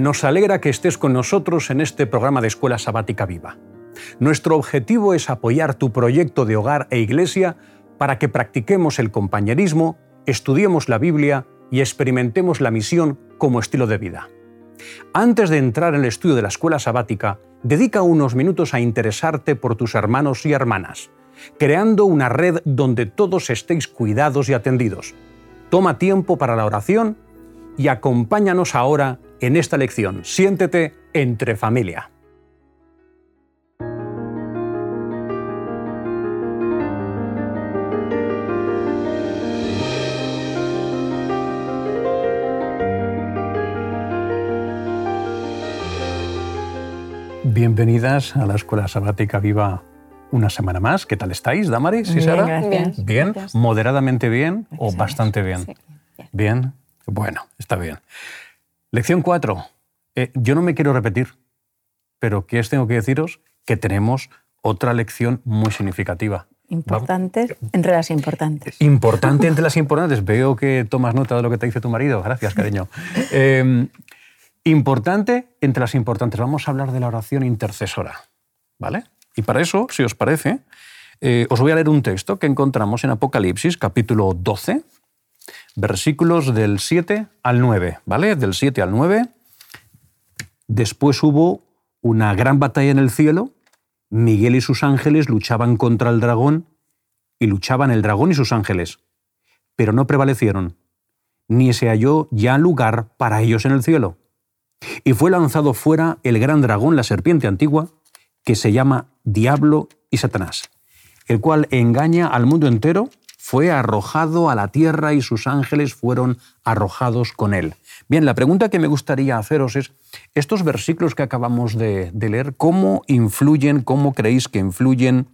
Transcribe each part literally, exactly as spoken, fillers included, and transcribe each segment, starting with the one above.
Nos alegra que estés con nosotros en este programa de Escuela Sabática Viva. Nuestro objetivo es apoyar tu proyecto de hogar e iglesia para que practiquemos el compañerismo, estudiemos la Biblia y experimentemos la misión como estilo de vida. Antes de entrar en el estudio de la Escuela Sabática, dedica unos minutos a interesarte por tus hermanos y hermanas, creando una red donde todos estéis cuidados y atendidos. Toma tiempo para la oración y acompáñanos ahora en esta lección. Siéntete entre familia. Bienvenidas a la Escuela Sabática Viva una semana más. ¿Qué tal estáis, Damaris y Bien, Sara? gracias. ¿Bien? Gracias. ¿Moderadamente bien o Excelente. bastante bien? Sí, bien. ¿Bien? Bueno, está bien. Lección cuatro. Eh, yo no me quiero repetir, pero ¿qué os tengo que deciros? Que tenemos otra lección muy significativa. Importantes entre las importantes. Importante entre las importantes. Veo que tomas nota de lo que te dice tu marido. Gracias, cariño. Eh, importante entre las importantes. Vamos a hablar de la oración intercesora, ¿vale? Y para eso, si os parece, eh, os voy a leer un texto que encontramos en Apocalipsis, capítulo doce, versículos del siete al nueve, ¿vale? Del siete al nueve. Después hubo una gran batalla en el cielo. Miguel y sus ángeles luchaban contra el dragón, y luchaban el dragón y sus ángeles, pero no prevalecieron, ni se halló ya lugar para ellos en el cielo. Y fue lanzado fuera el gran dragón, la serpiente antigua, que se llama Diablo y Satanás, el cual engaña al mundo entero. Fue arrojado a la tierra y sus ángeles fueron arrojados con él. Bien, la pregunta que me gustaría haceros es, estos versículos que acabamos de, de leer, ¿cómo influyen, cómo creéis que influyen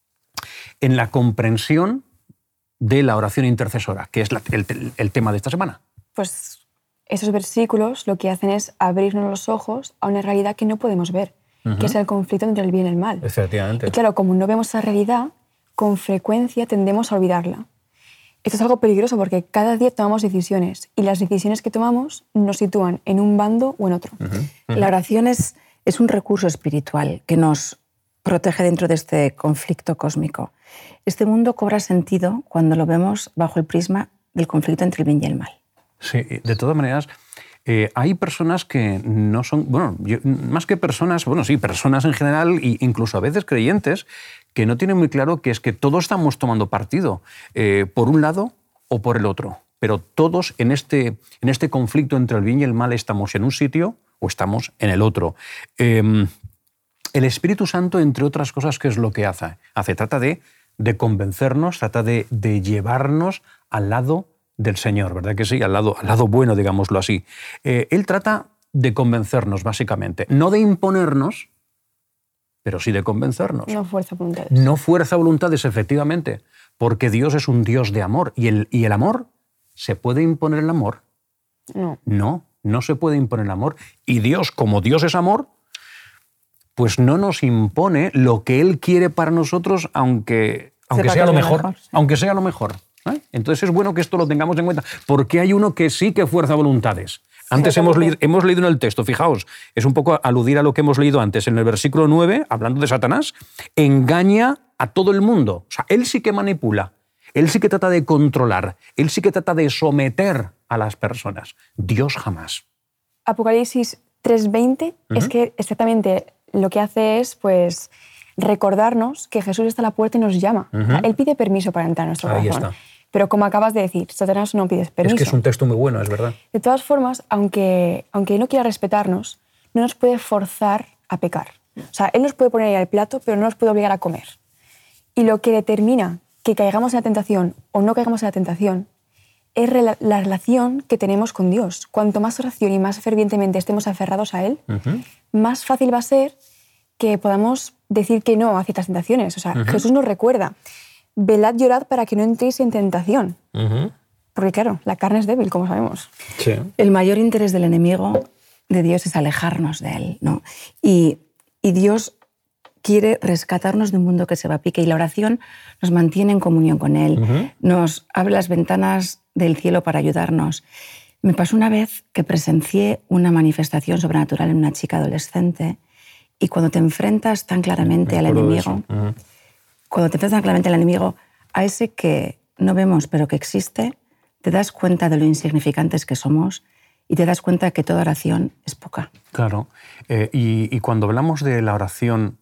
en la comprensión de la oración intercesora, que es la, el, el tema de esta semana? Pues esos versículos lo que hacen es abrirnos los ojos a una realidad que no podemos ver, uh-huh. que es el conflicto entre el bien y el mal. Efectivamente. Y claro, como no vemos esa realidad, con frecuencia tendemos a olvidarla. Esto es algo peligroso porque cada día tomamos decisiones y las decisiones que tomamos nos sitúan en un bando o en otro. Uh-huh. Uh-huh. La oración es, es un recurso espiritual que nos protege dentro de este conflicto cósmico. Este mundo cobra sentido cuando lo vemos bajo el prisma del conflicto entre el bien y el mal. Sí, de todas maneras, eh, hay personas que no son, bueno, yo, más que personas, bueno, sí, personas en general e incluso a veces creyentes, que no tienen muy claro que es que todos estamos tomando partido, eh, por un lado o por el otro, pero todos en este, en este conflicto entre el bien y el mal estamos en un sitio o estamos en el otro. Eh, el Espíritu Santo, entre otras cosas, ¿qué es lo que hace? hace trata de, de convencernos, trata de, de llevarnos al lado del Señor, ¿verdad que sí? Al lado, al lado bueno, digámoslo así. Eh, él trata de convencernos, básicamente, no de imponernos, pero sí de convencernos. No fuerza voluntades. No fuerza voluntades, efectivamente, porque Dios es un Dios de amor. ¿Y el, y el amor? ¿Se puede imponer el amor? No. No, no se puede imponer el amor. Y Dios, como Dios es amor, pues no nos impone lo que Él quiere para nosotros, aunque, aunque sea lo mejor. mejor sí. Aunque sea lo mejor. ¿eh? Entonces es bueno que esto lo tengamos en cuenta, porque hay uno que sí que fuerza voluntades. Antes hemos, le hemos leído en el texto, fijaos, es un poco aludir a lo que hemos leído antes, en el versículo nueve, hablando de Satanás, engaña a todo el mundo. O sea, él sí que manipula, él sí que trata de controlar, él sí que trata de someter a las personas. Dios jamás. Apocalipsis tres veinte uh-huh. es que exactamente lo que hace es, pues, recordarnos que Jesús está a la puerta y nos llama. Uh-huh. O sea, él pide permiso para entrar en nuestro Ahí corazón. Está. Pero como acabas de decir, Satanás no pide permiso. Es que es un texto muy bueno, es verdad. De todas formas, aunque, aunque no quiera respetarnos, no nos puede forzar a pecar. O sea, él nos puede poner ahí al plato, pero no nos puede obligar a comer. Y lo que determina que caigamos en la tentación o no caigamos en la tentación es rela- la relación que tenemos con Dios. Cuanto más oración y más fervientemente estemos aferrados a Él, uh-huh. más fácil va a ser que podamos decir que no a ciertas tentaciones. O sea, uh-huh. Jesús nos recuerda: velad, llorad para que no entréis en tentación. Uh-huh. Porque claro, la carne es débil, como sabemos. Sí. El mayor interés del enemigo de Dios es alejarnos de Él, ¿no? Y, y Dios quiere rescatarnos de un mundo que se va a pique, y la oración nos mantiene en comunión con Él, uh-huh. nos abre las ventanas del cielo para ayudarnos. Me pasó una vez que presencié una manifestación sobrenatural en una chica adolescente y cuando te enfrentas tan claramente al enemigo, uh-huh. cuando te enfrentas tan claramente al enemigo, a ese que no vemos pero que existe, te das cuenta de lo insignificantes que somos y te das cuenta de que toda oración es poca. Claro, eh, y, y cuando hablamos de la oración,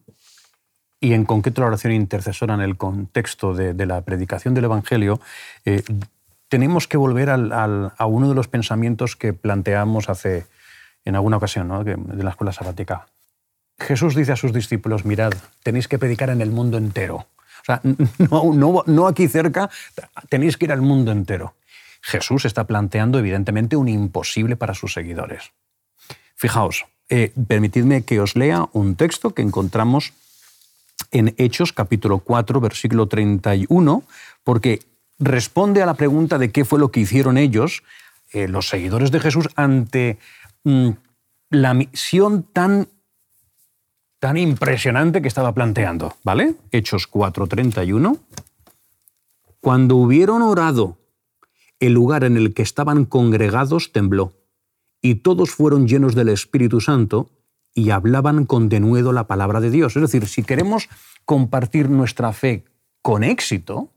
y en concreto la oración intercesora en el contexto de, de la predicación del Evangelio, eh, tenemos que volver al, al, a uno de los pensamientos que planteamos hace, en alguna ocasión, ¿no? de la escuela sabática. Jesús dice a sus discípulos, mirad, tenéis que predicar en el mundo entero. O sea, no, no, no aquí cerca, tenéis que ir al mundo entero. Jesús está planteando, evidentemente, un imposible para sus seguidores. Fijaos, eh, permitidme que os lea un texto que encontramos en Hechos, capítulo cuatro, versículo treinta y uno, porque responde a la pregunta de qué fue lo que hicieron ellos, eh, los seguidores de Jesús, ante mm, la misión tan, tan impresionante que estaba planteando. ¿Vale? Hechos cuatro, treinta y uno. Cuando hubieron orado, el lugar en el que estaban congregados tembló, y todos fueron llenos del Espíritu Santo y hablaban con denuedo la palabra de Dios. Es decir, si queremos compartir nuestra fe con éxito,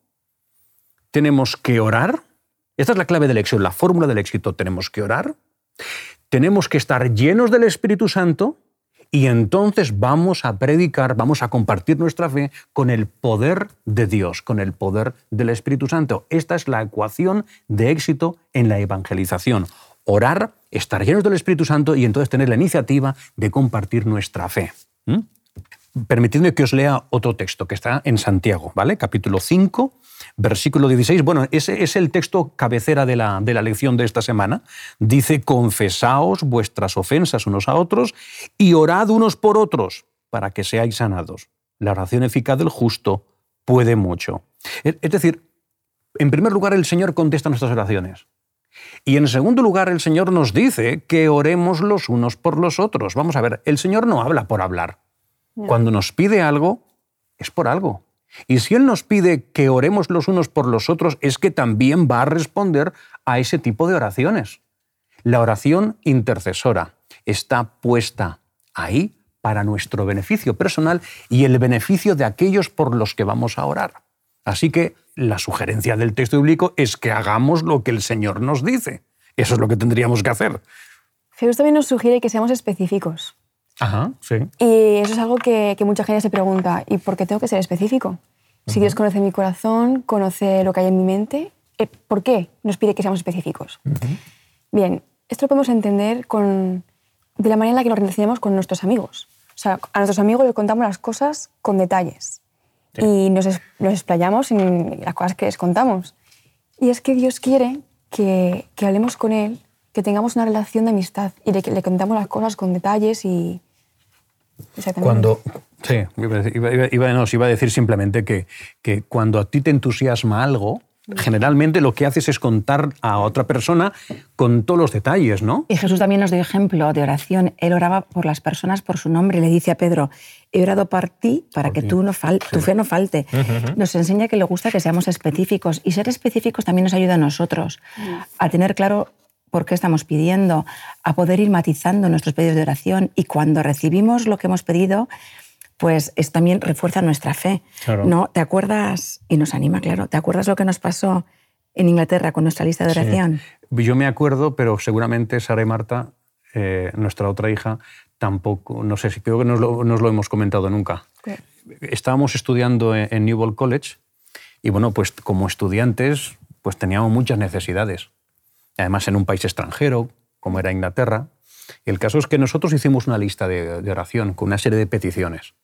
tenemos que orar. Esta es la clave del éxito, la fórmula del éxito. Tenemos que orar, tenemos que estar llenos del Espíritu Santo y entonces vamos a predicar, vamos a compartir nuestra fe con el poder de Dios, con el poder del Espíritu Santo. Esta es la ecuación de éxito en la evangelización. Orar, estar llenos del Espíritu Santo y entonces tener la iniciativa de compartir nuestra fe. ¿Mm? Permitidme que os lea otro texto que está en Santiago, ¿vale? Capítulo cinco, versículo dieciséis. Bueno, ese es el texto cabecera de la, de la lección de esta semana. Dice, confesaos vuestras ofensas unos a otros y orad unos por otros para que seáis sanados. La oración eficaz del justo puede mucho. Es decir, en primer lugar, el Señor contesta nuestras oraciones. Y en segundo lugar, el Señor nos dice que oremos los unos por los otros. Vamos a ver, el Señor no habla por hablar. No. Cuando nos pide algo, es por algo. Y si Él nos pide que oremos los unos por los otros, es que también va a responder a ese tipo de oraciones. La oración intercesora está puesta ahí para nuestro beneficio personal y el beneficio de aquellos por los que vamos a orar. Así que la sugerencia del texto bíblico es que hagamos lo que el Señor nos dice. Eso es lo que tendríamos que hacer. Jesús también nos sugiere que seamos específicos. Ajá, sí. Y eso es algo que, que mucha gente se pregunta, ¿y por qué tengo que ser específico? Si uh-huh. Dios conoce mi corazón, conoce lo que hay en mi mente, ¿por qué nos pide que seamos específicos? Uh-huh. Bien, esto lo podemos entender con, de la manera en la que nos relacionamos con nuestros amigos. O sea, a nuestros amigos les contamos las cosas con detalles. Sí. Y nos, es, nos explayamos en las cosas que les contamos. Y es que Dios quiere que, que hablemos con Él, que tengamos una relación de amistad y le, le contamos las cosas con detalles y... Exactamente. Cuando, sí, iba, iba, no, iba a decir simplemente que, que cuando a ti te entusiasma algo, generalmente lo que haces es contar a otra persona con todos los detalles, ¿no? Y Jesús también nos dio ejemplo de oración. Él oraba por las personas por su nombre. Le dice a Pedro, he orado por ti para por que ti. Tú no fal- sí. tu fe no falte. Uh-huh. Nos enseña que le gusta que seamos específicos. Y ser específicos también nos ayuda a nosotros uh-huh. a tener claro por qué estamos pidiendo, a poder ir matizando nuestros pedidos de oración. Y cuando recibimos lo que hemos pedido, pues esto también refuerza nuestra fe. Claro. ¿No? ¿Te acuerdas? Y nos anima, claro. ¿Te acuerdas lo que nos pasó en Inglaterra con nuestra lista de oración? Sí. Yo me acuerdo, pero seguramente Sara y Marta, eh, nuestra otra hija, tampoco, no sé, si creo que nos lo, nos lo hemos comentado nunca. Sí. Estábamos estudiando en, en Newbold College y, bueno, pues como estudiantes pues teníamos muchas necesidades. Además, en un país extranjero, como era Inglaterra. Y el caso es que nosotros hicimos una lista de, de oración con una serie de peticiones.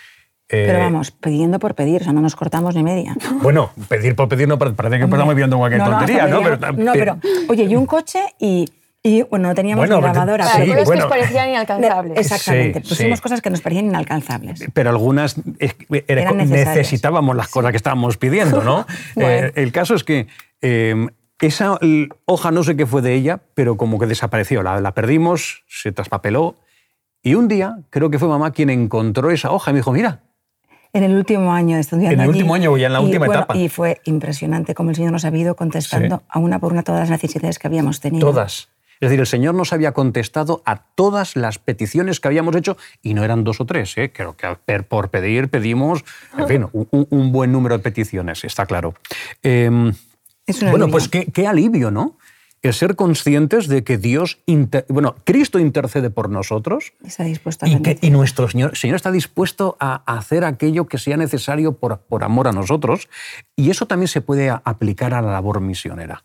Pero eh, vamos, pidiendo por pedir, o sea, no nos cortamos ni media. Bueno, pedir por pedir no parece que estamos pidiendo cualquier no, tontería, ¿no? ¿no? Pero, no, pero, oye, y un coche y, y bueno, no teníamos bueno, ni grabadora. Claro, pero cosas bueno, que nos parecían inalcanzables. Exactamente, sí, pusimos sí. cosas que nos parecían inalcanzables. Pero algunas era, Eran necesitábamos las cosas que estábamos pidiendo, ¿no? Bueno. eh, el caso es que... Eh, Esa hoja no sé qué fue de ella, pero como que desapareció. La, la perdimos, se traspapeló. Y un día, creo que fue mamá quien encontró esa hoja y me dijo, mira. En el último año estudiando En el allí. último año, ya en la y, última bueno, etapa. Y fue impresionante cómo el Señor nos ha ido contestando Sí. a una por una todas las necesidades que habíamos tenido. Todas. Es decir, el Señor nos había contestado a todas las peticiones que habíamos hecho, y no eran dos o tres, ¿eh? Creo que por pedir pedimos, en fin, un, un buen número de peticiones, está claro. Eh, Es un bueno, alivio. pues qué, qué alivio, ¿no? El ser conscientes de que Dios, inter, bueno, Cristo intercede por nosotros Está dispuesto a y, bendecir. que, y nuestro Señor, Señor está dispuesto a hacer aquello que sea necesario por, por amor a nosotros, y eso también se puede aplicar a la labor misionera.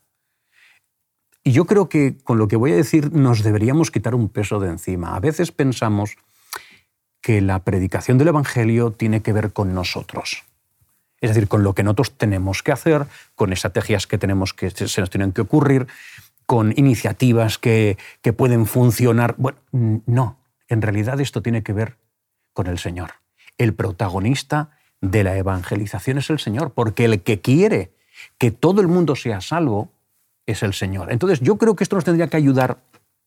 Y yo creo que con lo que voy a decir nos deberíamos quitar un peso de encima. A veces pensamos que la predicación del Evangelio tiene que ver con nosotros. Es decir, con lo que nosotros tenemos que hacer, con estrategias que, tenemos que se nos tienen que ocurrir, con iniciativas que, que pueden funcionar. Bueno, no, en realidad esto tiene que ver con el Señor. El protagonista de la evangelización es el Señor, porque el que quiere que todo el mundo sea salvo es el Señor. Entonces yo creo que esto nos tendría que ayudar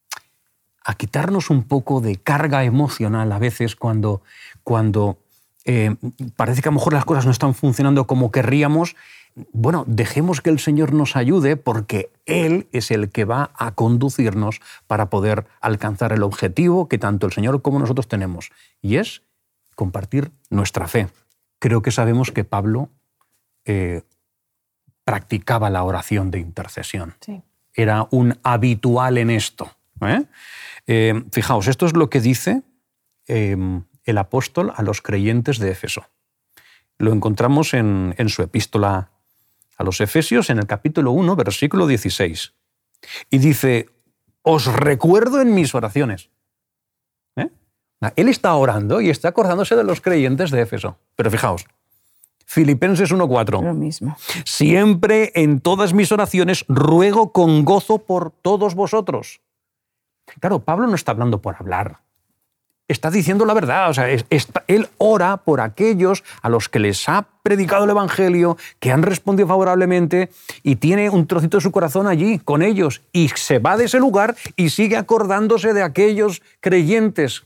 a quitarnos un poco de carga emocional a veces cuando, cuando eh, parece que a lo mejor las cosas no están funcionando como querríamos. Bueno, dejemos que el Señor nos ayude, porque Él es el que va a conducirnos para poder alcanzar el objetivo que tanto el Señor como nosotros tenemos, y es compartir nuestra fe. Creo que sabemos que Pablo eh, practicaba la oración de intercesión. Sí. Era un habitual en esto. ¿eh? Eh, fijaos, esto es lo que dice eh, el apóstol a los creyentes de Éfeso. Lo encontramos en, en su epístola a los Efesios, en el capítulo uno, versículo dieciséis. Y dice, os recuerdo en mis oraciones. ¿Eh? Él está orando y está acordándose de los creyentes de Éfeso. Pero fijaos, Filipenses uno cuatro. Lo mismo. Siempre en todas mis oraciones ruego con gozo por todos vosotros. Claro, Pablo no está hablando por hablar. Está diciendo la verdad. O sea, es, está, él ora por aquellos a los que les ha predicado el Evangelio, que han respondido favorablemente, y tiene un trocito de su corazón allí con ellos. Y se va de ese lugar y sigue acordándose de aquellos creyentes.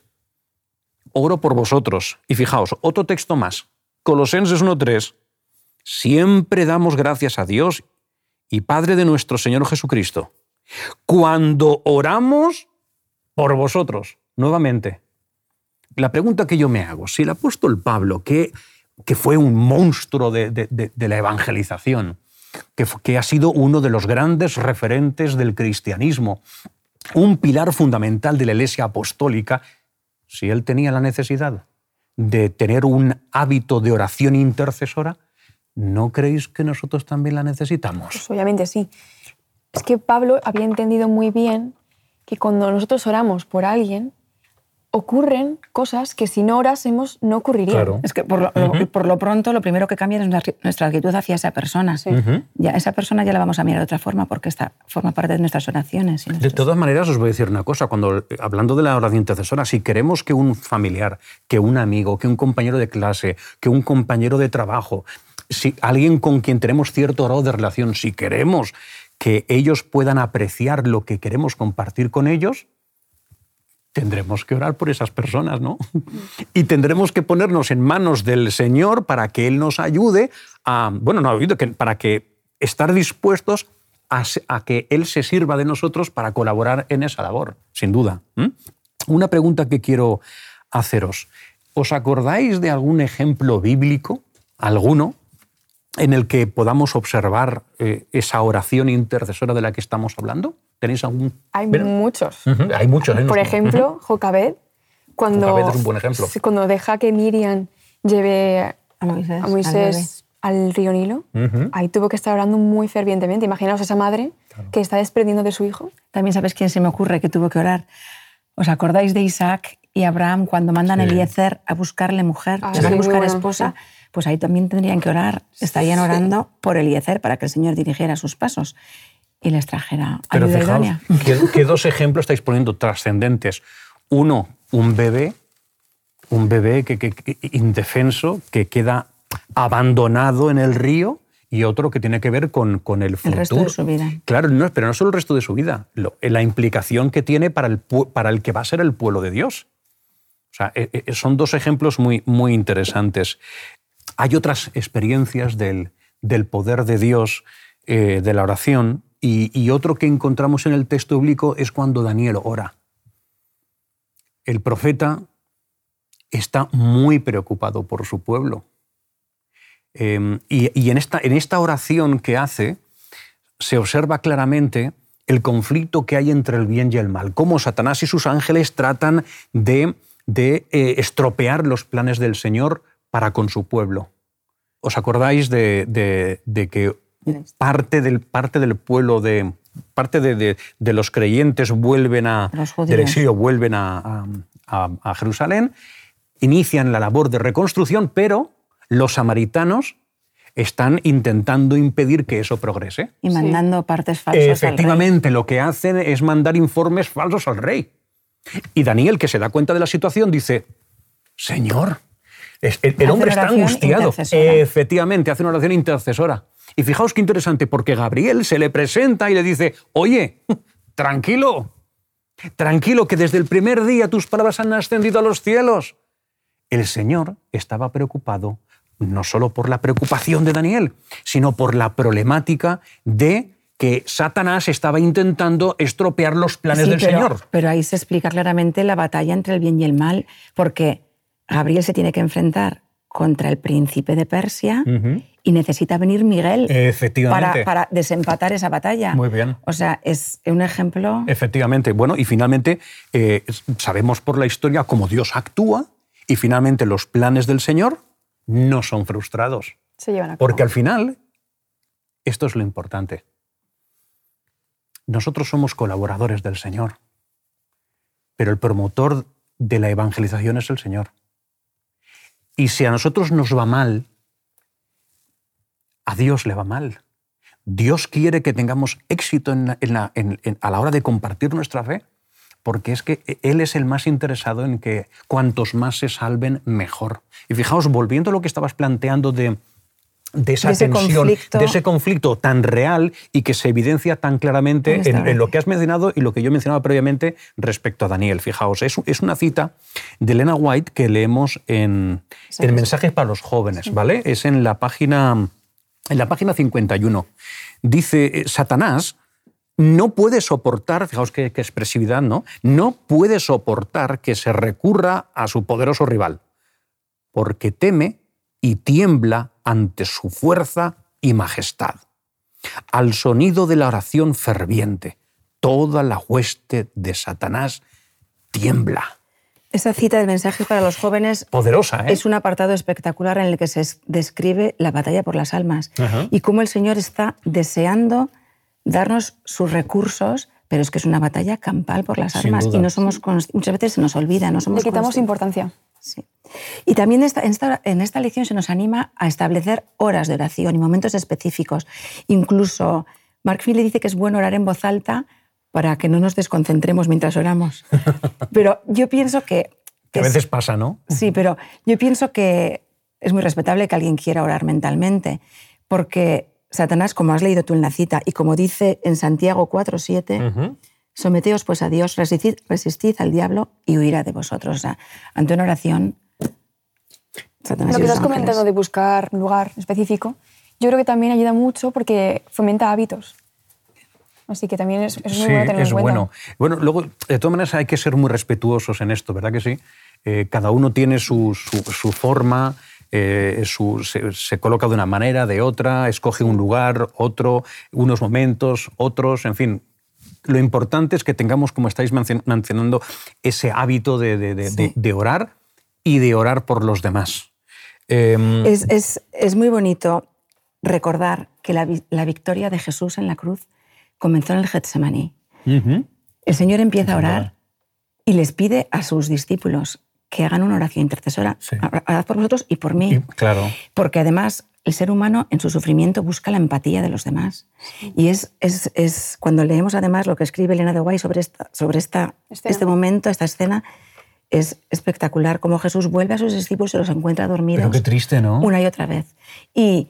Oro por vosotros. Y fijaos, otro texto más. Colosenses uno tres. Siempre damos gracias a Dios y Padre de nuestro Señor Jesucristo, cuando oramos por vosotros. Nuevamente, la pregunta que yo me hago, si el apóstol Pablo, que, que fue un monstruo de, de, de, de la evangelización, que, que ha sido uno de los grandes referentes del cristianismo, un pilar fundamental de la Iglesia apostólica, si él tenía la necesidad de tener un hábito de oración intercesora, ¿no creéis que nosotros también la necesitamos? Pues obviamente sí. Es que Pablo había entendido muy bien que cuando nosotros oramos por alguien, ocurren cosas que si no orásemos no ocurrirían. Claro. Es que por lo, Uh-huh. lo, por lo pronto lo primero que cambia es nuestra, nuestra actitud hacia esa persona. Sí. Uh-huh. Ya, esa persona ya la vamos a mirar de otra forma porque esta forma parte de nuestras oraciones. Y De nuestros... todas maneras, os voy a decir una cosa. Cuando, hablando de la oración intercesora, si queremos que un familiar, que un amigo, que un compañero de clase, que un compañero de trabajo, si alguien con quien tenemos cierto grado de relación, si queremos que ellos puedan apreciar lo que queremos compartir con ellos, tendremos que orar por esas personas, ¿no? Y tendremos que ponernos en manos del Señor para que Él nos ayude a, bueno, no ha oído, que para que estar dispuestos a, a que Él se sirva de nosotros para colaborar en esa labor, sin duda. ¿Mm? Una pregunta que quiero haceros. ¿Os acordáis de algún ejemplo bíblico, alguno, en el que podamos observar eh, esa oración intercesora de la que estamos hablando? ¿Tenéis algún...? Hay Mira. muchos. Uh-huh. Hay muchos. ¿eh? Por ejemplo, Jocabed, cuando, Jocabed es un buen ejemplo. cuando deja que Miriam lleve A Moisés, a Moisés al río Nilo, Uh-huh. ahí tuvo que estar orando muy fervientemente. Imaginaos esa madre Claro. que está desprendiendo de su hijo. También sabes quién se me ocurre que tuvo que orar. ¿Os acordáis de Isaac y Abraham cuando mandan a Sí. Eliezer a buscarle mujer, Ah, le van a sí, buscar muy buena. esposa? Pues ahí también tendrían que orar. Estarían Sí. orando por Eliezer para que el Señor dirigiera sus pasos y les trajera Pero ayuda fijaos, idónea. ¿qué, qué dos ejemplos estáis poniendo trascendentes? Uno, un bebé, un bebé que, que- que- indefenso que queda abandonado en el río, y otro que tiene que ver con, con el futuro. El resto de su vida. Claro, no, pero no solo el resto de su vida, lo- la implicación que tiene para el, pu- para el que va a ser el pueblo de Dios. O sea, eh, eh, son dos ejemplos muy, muy interesantes. hay otras experiencias del, del poder de Dios, eh, de la oración, y, y otro que encontramos en el texto bíblico es cuando Daniel ora. El profeta está muy preocupado por su pueblo. Eh, y y en, esta, en esta oración que hace se observa claramente el conflicto que hay entre el bien y el mal, cómo Satanás y sus ángeles tratan de, de eh, estropear los planes del Señor para con su pueblo. ¿Os acordáis de, de, de que parte del, parte del pueblo, de, parte de, de, de los creyentes vuelven a, del exilio vuelven a, a, a Jerusalén, inician la labor de reconstrucción, pero los samaritanos están intentando impedir que eso progrese. Y mandando sí. partes falsas Efectivamente, al rey. Lo que hacen es mandar informes falsos al rey. Y Daniel, que se da cuenta de la situación, dice, Señor, el, el hombre está angustiado. Efectivamente, hace una oración intercesora. Y fijaos qué interesante, porque Gabriel se le presenta y le dice, oye, tranquilo, tranquilo, que desde el primer día tus palabras han ascendido a los cielos. El Señor estaba preocupado no solo por la preocupación de Daniel, sino por la problemática de que Satanás estaba intentando estropear los planes sí, del pero, Señor. Pero ahí se explica claramente la batalla entre el bien y el mal, porque Gabriel se tiene que enfrentar contra el príncipe de Persia uh-huh. y necesita venir Miguel Efectivamente. Para, para desempatar esa batalla. Muy bien. O sea, es un ejemplo... Efectivamente. Bueno, y finalmente eh, sabemos por la historia cómo Dios actúa y finalmente los planes del Señor no son frustrados. Se llevan a cabo. Porque al final, esto es lo importante. Nosotros somos colaboradores del Señor, pero el promotor de la evangelización es el Señor. Y si a nosotros nos va mal, a Dios le va mal. Dios quiere que tengamos éxito en la, en la, en, en, a la hora de compartir nuestra fe, porque es que Él es el más interesado en que cuantos más se salven, mejor. Y fijaos, volviendo a lo que estabas planteando de, de esa de ese tensión, conflicto. de ese conflicto tan real y que se evidencia tan claramente en, en, en lo que has mencionado y lo que yo mencionaba previamente respecto a Daniel. Fijaos, es, es una cita de Elena White que leemos en, en Mensajes para los Jóvenes, sí. ¿vale? Es en la página, en la página cincuenta y uno. Dice, Satanás no puede soportar, fijaos qué, qué expresividad, ¿no? No puede soportar que se recurra a su poderoso rival, porque teme y tiembla ante su fuerza y majestad. Al sonido de la oración ferviente, toda la hueste de Satanás tiembla. Esa cita del Mensaje para los Jóvenes poderosa, ¿eh? Es un apartado espectacular en el que se describe la batalla por las almas uh-huh. y cómo el Señor está deseando darnos sus recursos, pero es que es una batalla campal por las almas y no somos const... muchas veces se nos olvida, no somos Le quitamos conscientes. importancia. Sí. Y también esta, en, esta, en esta lección se nos anima a establecer horas de oración y momentos específicos. Incluso Mark Finley dice que es bueno orar en voz alta para que no nos desconcentremos mientras oramos. Pero yo pienso que... que a veces pasa, ¿no? Sí, pero yo pienso que es muy respetable que alguien quiera orar mentalmente, porque Satanás, como has leído tú en la cita, y como dice en Santiago cuatro siete, uh-huh. someteos pues a Dios, resistid, resistid al diablo y huirá de vosotros. O sea, ante una oración, Satanás Lo que y estás sus comentando ángeles. de buscar un lugar específico, yo creo que también ayuda mucho porque fomenta hábitos. Así que también es, es muy sí, bueno tenerlo es en cuenta. Bueno. Bueno, luego, de todas maneras, hay que ser muy respetuosos en esto, ¿verdad que sí? Eh, cada uno tiene su, su, su forma... Eh, su, se, se coloca de una manera, de otra, escoge un lugar, otro, unos momentos, otros, en fin. Lo importante es que tengamos, como estáis mencionando, ese hábito de, de, de, sí. de, de orar y de orar por los demás. Eh, es, es, es muy bonito recordar que la, la victoria de Jesús en la cruz comenzó en el Getsemaní. Uh-huh. El Señor empieza a orar y les pide a sus discípulos que hagan una oración intercesora. Sí. Orad por vosotros y por mí. Y, claro. Porque además el ser humano en su sufrimiento busca la empatía de los demás. Sí. Y es, es, es cuando leemos además lo que escribe Elena de White sobre, esta, sobre esta, este momento, esta escena, es espectacular. Cómo Jesús vuelve a sus discípulos y los encuentra dormidos. Pero qué triste, ¿no? Una y otra vez. Y,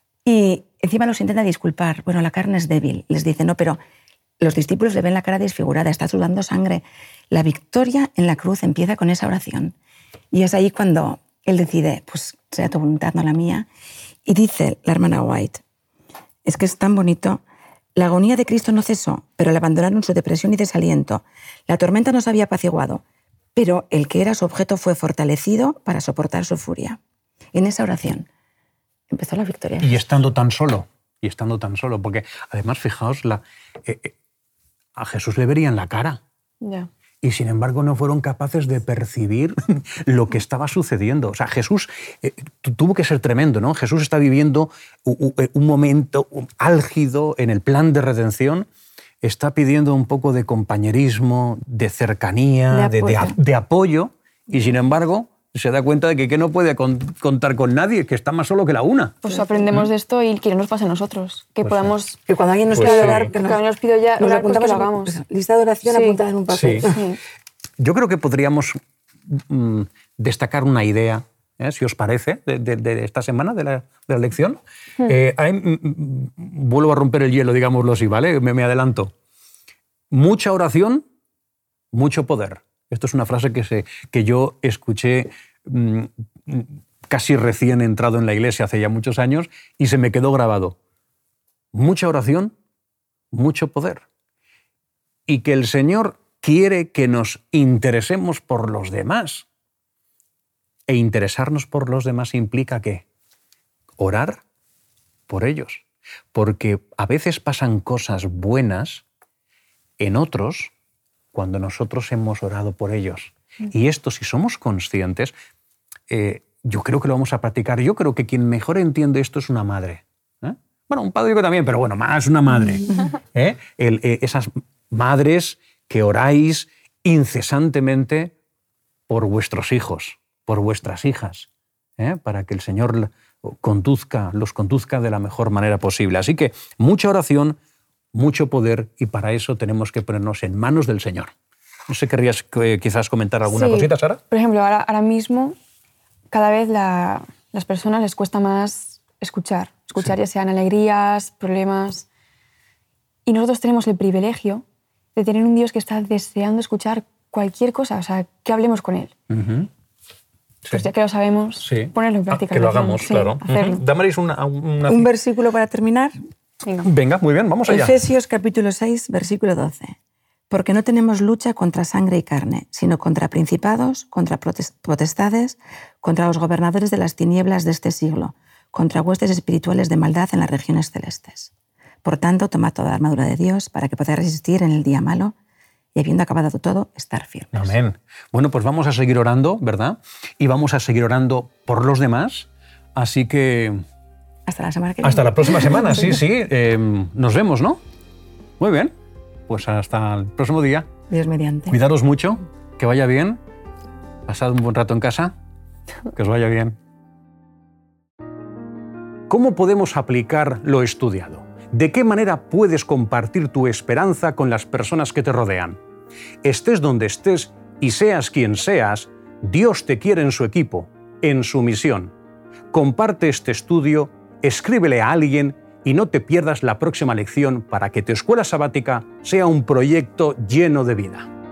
y encima los intenta disculpar. Bueno, la carne es débil. Les dice, no, pero los discípulos le ven la cara desfigurada, está sudando sangre. La victoria en la cruz empieza con esa oración. Y es ahí cuando él decide, pues sea tu voluntad, no la mía. Y dice la hermana White, es que es tan bonito, la agonía de Cristo no cesó, pero le abandonaron su depresión y desaliento. La tormenta no se había apaciguado, pero el que era su objeto fue fortalecido para soportar su furia. En esa oración empezó la victoria. Y estando tan solo, y estando tan solo, porque además, fijaos, la, eh, eh, a Jesús le verían la cara. Ya. Y sin embargo no fueron capaces de percibir lo que estaba sucediendo. O sea, Jesús eh, tuvo que ser tremendo, ¿no? Jesús está viviendo un, un momento álgido en el plan de redención, está pidiendo un poco de compañerismo, de cercanía, de apoyo, de, de, de apoyo y sin embargo se da cuenta de que, que no puede con, contar con nadie, que está más solo que la una. Pues aprendemos ¿Mm? de esto y que no nos pase a nosotros. Que pues podamos... Sí. Que cuando alguien nos pues pida sí. orar, que nos, nos, nos pide ya nos orar, pues que lo hagamos. Pues, lista de oración sí. apuntada en un papel. Sí. Sí. Yo creo que podríamos mm, destacar una idea, ¿eh? si os parece, de, de, de esta semana, de la, de la lección. Hmm. Eh, ahí, mm, vuelvo a romper el hielo, digámoslo así, ¿vale? Me, me adelanto. Mucha oración, mucho poder. Esto es una frase que, se, que yo escuché mmm, casi recién entrado en la iglesia hace ya muchos años y se me quedó grabado. Mucha oración, mucho poder. Y que el Señor quiere que nos interesemos por los demás. E interesarnos por los demás implica ¿qué? Orar por ellos. Porque a veces pasan cosas buenas en otros cuando nosotros hemos orado por ellos. Y esto, si somos conscientes, eh, yo creo que lo vamos a practicar. Yo creo que quien mejor entiende esto es una madre. ¿eh? Bueno, un padre también, pero bueno, más una madre. ¿eh? El, eh, esas madres que oráis incesantemente por vuestros hijos, por vuestras hijas, ¿eh? para que el Señor conduzca, los conduzca de la mejor manera posible. Así que mucha oración, mucho poder, y para eso tenemos que ponernos en manos del Señor. No sé, ¿querrías eh, quizás comentar alguna sí. cosita, Sara? Por ejemplo, ahora, ahora mismo cada vez la, las personas les cuesta más escuchar. Escuchar sí. ya sean alegrías, problemas. Y nosotros tenemos el privilegio de tener un Dios que está deseando escuchar cualquier cosa, o sea, que hablemos con Él. Uh-huh. Sí. Pues ya que lo sabemos, sí. ponerlo en práctica. Ah, que lo hagamos, sí, claro. Hacerlo. Uh-huh. Damaris, una, una... un versículo para terminar. Venga. Venga, muy bien, vamos allá. Efesios capítulo seis, versículo doce. Porque no tenemos lucha contra sangre y carne, sino contra principados, contra potestades, contra los gobernadores de las tinieblas de este siglo, contra huestes espirituales de maldad en las regiones celestes. Por tanto, tomad toda la armadura de Dios para que podáis resistir en el día malo y, habiendo acabado todo, estar firmes. Amén. Bueno, pues vamos a seguir orando, ¿verdad? Y vamos a seguir orando por los demás. Así que... Hasta la semana que viene. Hasta la próxima semana, sí, sí. Eh, nos vemos, ¿no? Muy bien. Pues hasta el próximo día. Dios mediante. Cuidaros mucho, que vaya bien. Pasad un buen rato en casa. Que os vaya bien. ¿Cómo podemos aplicar lo estudiado? ¿De qué manera puedes compartir tu esperanza con las personas que te rodean? Estés donde estés y seas quien seas, Dios te quiere en su equipo, en su misión. Comparte este estudio, escríbele a alguien y no te pierdas la próxima lección para que tu escuela sabática sea un proyecto lleno de vida.